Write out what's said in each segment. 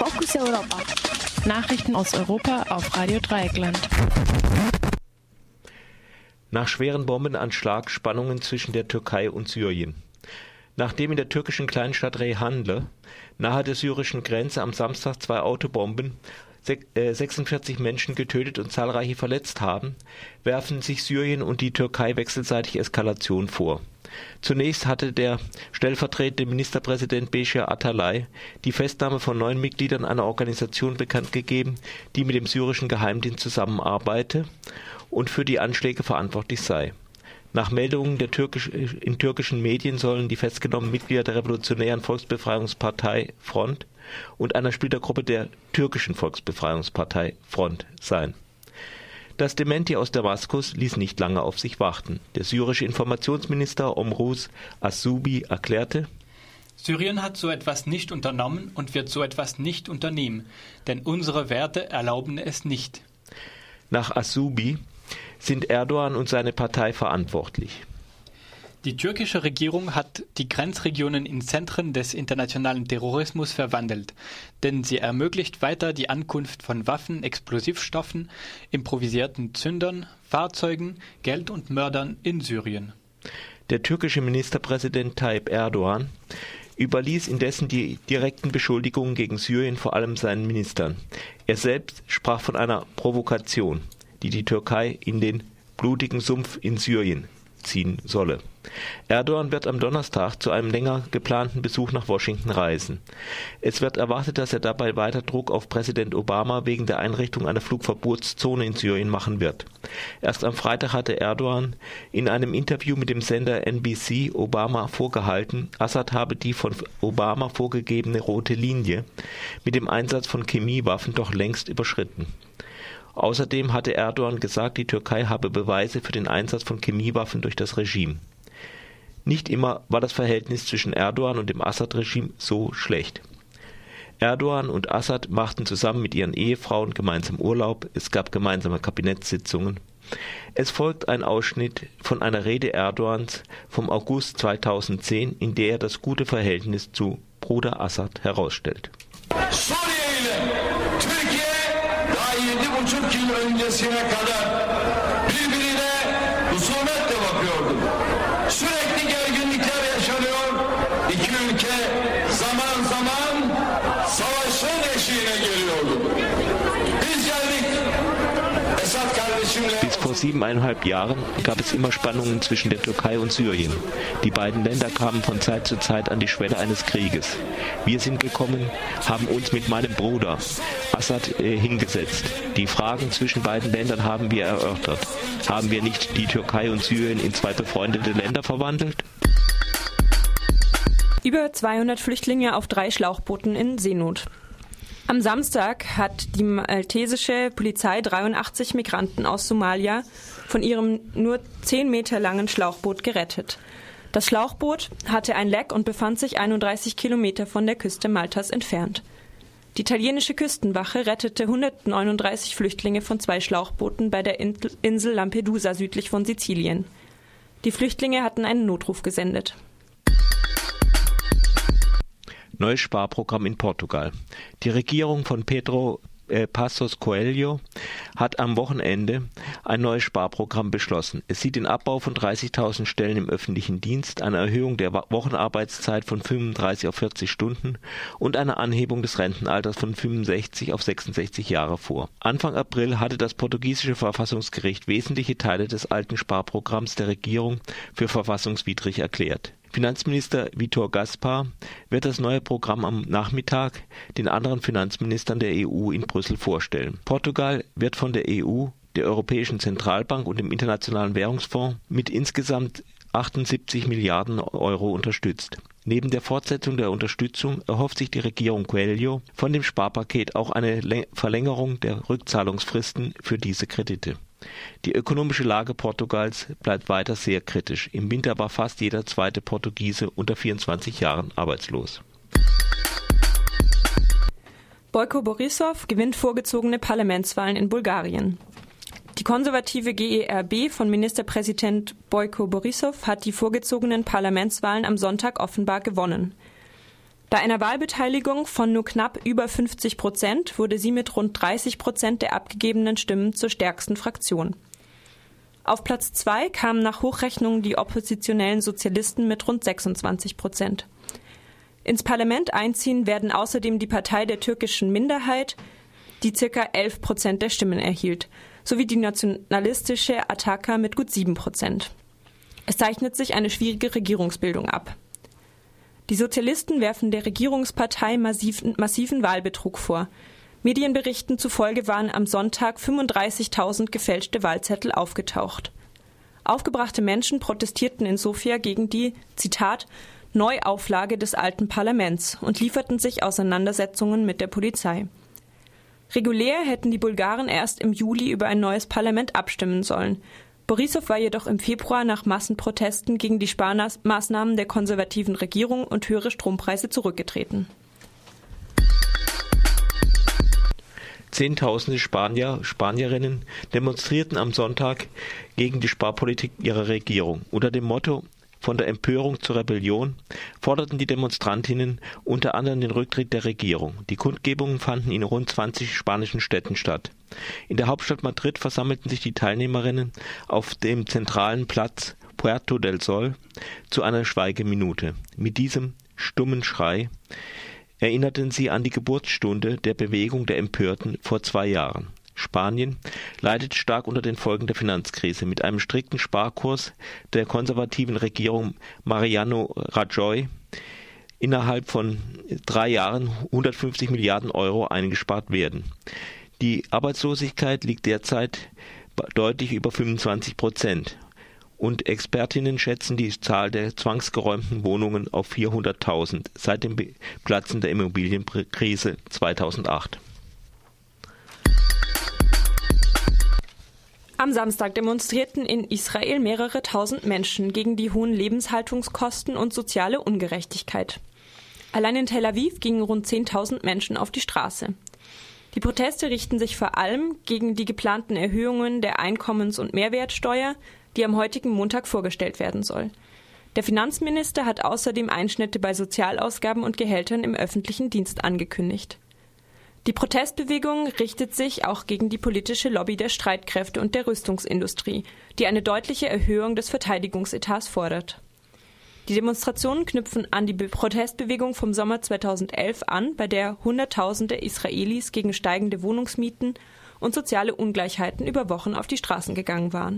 Fokus Europa. Nachrichten aus Europa auf Radio Dreieckland. Nach schweren Bombenanschlag Spannungen zwischen der Türkei und Syrien. Nachdem in der türkischen Kleinstadt Reyhanlı nahe der syrischen Grenze am Samstag 2 Autobomben 46 Menschen getötet und zahlreiche verletzt haben, werfen sich Syrien und die Türkei wechselseitig Eskalation vor. Zunächst hatte der stellvertretende Ministerpräsident Beşir Atalay die Festnahme von 9 Mitgliedern einer Organisation bekannt gegeben, die mit dem syrischen Geheimdienst zusammenarbeite und für die Anschläge verantwortlich sei. Nach Meldungen in türkischen Medien sollen die festgenommenen Mitglieder der Revolutionären Volksbefreiungspartei Front und einer Splittergruppe der türkischen Volksbefreiungspartei Front sein. Das Dementi aus Damaskus ließ nicht lange auf sich warten. Der syrische Informationsminister Omruz As-Subi erklärte: Syrien hat so etwas nicht unternommen und wird so etwas nicht unternehmen, denn unsere Werte erlauben es nicht. Nach As-Subi sind Erdogan und seine Partei verantwortlich. Die türkische Regierung hat die Grenzregionen in Zentren des internationalen Terrorismus verwandelt, denn sie ermöglicht weiter die Ankunft von Waffen, Explosivstoffen, improvisierten Zündern, Fahrzeugen, Geld und Mördern in Syrien. Der türkische Ministerpräsident Tayyip Erdogan überließ indessen die direkten Beschuldigungen gegen Syrien vor allem seinen Ministern. Er selbst sprach von einer Provokation, die die Türkei in den blutigen Sumpf in Syrien ziehen solle. Erdogan wird am Donnerstag zu einem länger geplanten Besuch nach Washington reisen. Es wird erwartet, dass er dabei weiter Druck auf Präsident Obama wegen der Einrichtung einer Flugverbotszone in Syrien machen wird. Erst am Freitag hatte Erdogan in einem Interview mit dem Sender NBC Obama vorgehalten, Assad habe die von Obama vorgegebene rote Linie mit dem Einsatz von Chemiewaffen doch längst überschritten. Außerdem hatte Erdogan gesagt, die Türkei habe Beweise für den Einsatz von Chemiewaffen durch das Regime. Nicht immer war das Verhältnis zwischen Erdogan und dem Assad-Regime so schlecht. Erdogan und Assad machten zusammen mit ihren Ehefrauen gemeinsam Urlaub, es gab gemeinsame Kabinettssitzungen. Es folgt ein Ausschnitt von einer Rede Erdogans vom August 2010, in der er das gute Verhältnis zu Bruder Assad herausstellt. 7,5 yıl öncesine kadar birbirine husumetle bakıyordu. Sürekli gerginlikler yaşanıyor. İki ülke zaman zaman savaşın eşiğine geliyordu. Biz geldik. Esad kardeşimle... Bis vor 7,5 Jahren gab es immer Spannungen zwischen der Türkei und Syrien. Die beiden Länder kamen von Zeit zu Zeit an die Schwelle eines Krieges. Wir sind gekommen, haben uns mit meinem Bruder Assad hingesetzt. Die Fragen zwischen beiden Ländern haben wir erörtert. Haben wir nicht die Türkei und Syrien in 2 befreundete Länder verwandelt? Über 200 Flüchtlinge auf 3 Schlauchbooten in Seenot. Am Samstag hat die maltesische Polizei 83 Migranten aus Somalia von ihrem nur 10 Meter langen Schlauchboot gerettet. Das Schlauchboot hatte ein Leck und befand sich 31 Kilometer von der Küste Maltas entfernt. Die italienische Küstenwache rettete 139 Flüchtlinge von 2 Schlauchbooten bei der Insel Lampedusa südlich von Sizilien. Die Flüchtlinge hatten einen Notruf gesendet. Neues Sparprogramm in Portugal. Die Regierung von Pedro Passos Coelho hat am Wochenende ein neues Sparprogramm beschlossen. Es sieht den Abbau von 30.000 Stellen im öffentlichen Dienst, eine Erhöhung der Wochenarbeitszeit von 35 auf 40 Stunden und eine Anhebung des Rentenalters von 65 auf 66 Jahre vor. Anfang April hatte das portugiesische Verfassungsgericht wesentliche Teile des alten Sparprogramms der Regierung für verfassungswidrig erklärt. Finanzminister Vítor Gaspar wird das neue Programm am Nachmittag den anderen Finanzministern der EU in Brüssel vorstellen. Portugal wird von der EU, der Europäischen Zentralbank und dem Internationalen Währungsfonds mit insgesamt 78 Milliarden Euro unterstützt. Neben der Fortsetzung der Unterstützung erhofft sich die Regierung Coelho von dem Sparpaket auch eine Verlängerung der Rückzahlungsfristen für diese Kredite. Die ökonomische Lage Portugals bleibt weiter sehr kritisch. Im Winter war fast jeder 2. Portugiese unter 24 Jahren arbeitslos. Bojko Borisov gewinnt vorgezogene Parlamentswahlen in Bulgarien. Die konservative GERB von Ministerpräsident Bojko Borisov hat die vorgezogenen Parlamentswahlen am Sonntag offenbar gewonnen. Bei einer Wahlbeteiligung von nur knapp über 50% wurde sie mit rund 30% der abgegebenen Stimmen zur stärksten Fraktion. Auf Platz 2 kamen nach Hochrechnungen die oppositionellen Sozialisten mit rund 26%. Ins Parlament einziehen werden außerdem die Partei der türkischen Minderheit, die ca. 11% der Stimmen erhielt, sowie die nationalistische Ataka mit gut 7%. Es zeichnet sich eine schwierige Regierungsbildung ab. Die Sozialisten werfen der Regierungspartei massiven Wahlbetrug vor. Medienberichten zufolge waren am Sonntag 35.000 gefälschte Wahlzettel aufgetaucht. Aufgebrachte Menschen protestierten in Sofia gegen die, Zitat, Neuauflage des alten Parlaments und lieferten sich Auseinandersetzungen mit der Polizei. Regulär hätten die Bulgaren erst im Juli über ein neues Parlament abstimmen sollen. Borissow war jedoch im Februar nach Massenprotesten gegen die Sparmaßnahmen der konservativen Regierung und höhere Strompreise zurückgetreten. Zehntausende Spanierinnen demonstrierten am Sonntag gegen die Sparpolitik ihrer Regierung. Unter dem Motto „Von der Empörung zur Rebellion“ forderten die Demonstrantinnen unter anderem den Rücktritt der Regierung. Die Kundgebungen fanden in rund 20 spanischen Städten statt. In der Hauptstadt Madrid versammelten sich die Teilnehmerinnen auf dem zentralen Platz Puerta del Sol zu einer Schweigeminute. Mit diesem stummen Schrei erinnerten sie an die Geburtsstunde der Bewegung der Empörten vor 2 Jahren. Spanien leidet stark unter den Folgen der Finanzkrise. Mit einem strikten Sparkurs der konservativen Regierung Mariano Rajoy innerhalb von 3 Jahren 150 Milliarden Euro eingespart werden. Die Arbeitslosigkeit liegt derzeit deutlich über 25%. Und Expertinnen schätzen die Zahl der zwangsgeräumten Wohnungen auf 400.000 seit dem Platzen der Immobilienkrise 2008. Am Samstag demonstrierten in Israel mehrere tausend Menschen gegen die hohen Lebenshaltungskosten und soziale Ungerechtigkeit. Allein in Tel Aviv gingen rund 10.000 Menschen auf die Straße. Die Proteste richten sich vor allem gegen die geplanten Erhöhungen der Einkommens- und Mehrwertsteuer, die am heutigen Montag vorgestellt werden soll. Der Finanzminister hat außerdem Einschnitte bei Sozialausgaben und Gehältern im öffentlichen Dienst angekündigt. Die Protestbewegung richtet sich auch gegen die politische Lobby der Streitkräfte und der Rüstungsindustrie, die eine deutliche Erhöhung des Verteidigungsetats fordert. Die Demonstrationen knüpfen an die Protestbewegung vom Sommer 2011 an, bei der Hunderttausende Israelis gegen steigende Wohnungsmieten und soziale Ungleichheiten über Wochen auf die Straßen gegangen waren.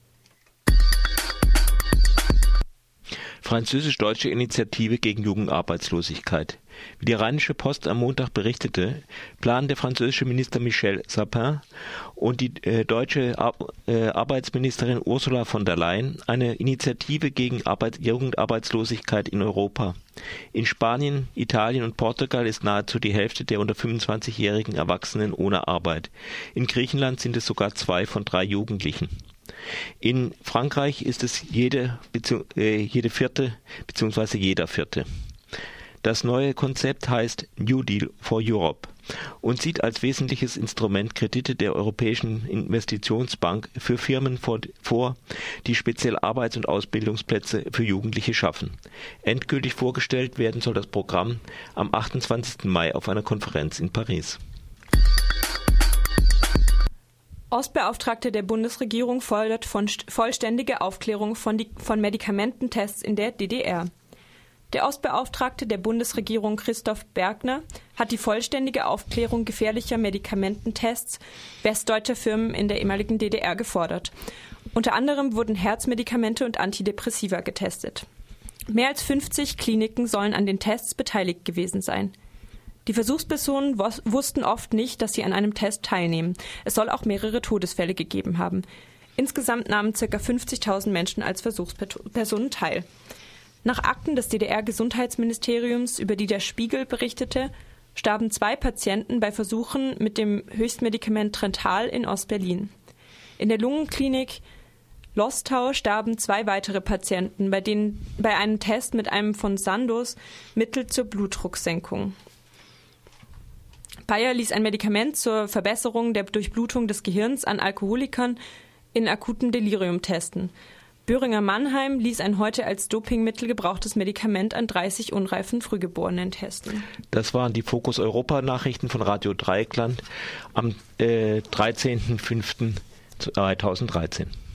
Französisch-deutsche Initiative gegen Jugendarbeitslosigkeit. Wie die Rheinische Post am Montag berichtete, planen der französische Minister Michel Sapin und die deutsche Arbeitsministerin Ursula von der Leyen eine Initiative gegen Jugendarbeitslosigkeit in Europa. In Spanien, Italien und Portugal ist nahezu die Hälfte der unter 25-jährigen Erwachsenen ohne Arbeit. In Griechenland sind es sogar 2 von 3 Jugendlichen. In Frankreich ist es jede vierte bzw. jeder vierte. Das neue Konzept heißt New Deal for Europe und sieht als wesentliches Instrument Kredite der Europäischen Investitionsbank für Firmen vor, die speziell Arbeits- und Ausbildungsplätze für Jugendliche schaffen. Endgültig vorgestellt werden soll das Programm am 28. Mai auf einer Konferenz in Paris. Ostbeauftragte der Bundesregierung fordert vollständige Aufklärung von Medikamententests in der DDR. Der Ostbeauftragte der Bundesregierung Christoph Bergner hat die vollständige Aufklärung gefährlicher Medikamententests westdeutscher Firmen in der ehemaligen DDR gefordert. Unter anderem wurden Herzmedikamente und Antidepressiva getestet. Mehr als 50 Kliniken sollen an den Tests beteiligt gewesen sein. Die Versuchspersonen wussten oft nicht, dass sie an einem Test teilnehmen. Es soll auch mehrere Todesfälle gegeben haben. Insgesamt nahmen ca. 50.000 Menschen als Versuchspersonen teil. Nach Akten des DDR-Gesundheitsministeriums, über die der Spiegel berichtete, starben 2 Patienten bei Versuchen mit dem Höchstmedikament Trental in Ostberlin. In der Lungenklinik Lostau starben 2 weitere Patienten, bei einem Test mit einem von Sandoz Mittel zur Blutdrucksenkung. Bayer ließ ein Medikament zur Verbesserung der Durchblutung des Gehirns an Alkoholikern in akutem Delirium testen. Böhringer Mannheim ließ ein heute als Dopingmittel gebrauchtes Medikament an 30 unreifen Frühgeborenen testen. Das waren die Fokus Europa Nachrichten von Radio Dreieckland am 13.05.2013.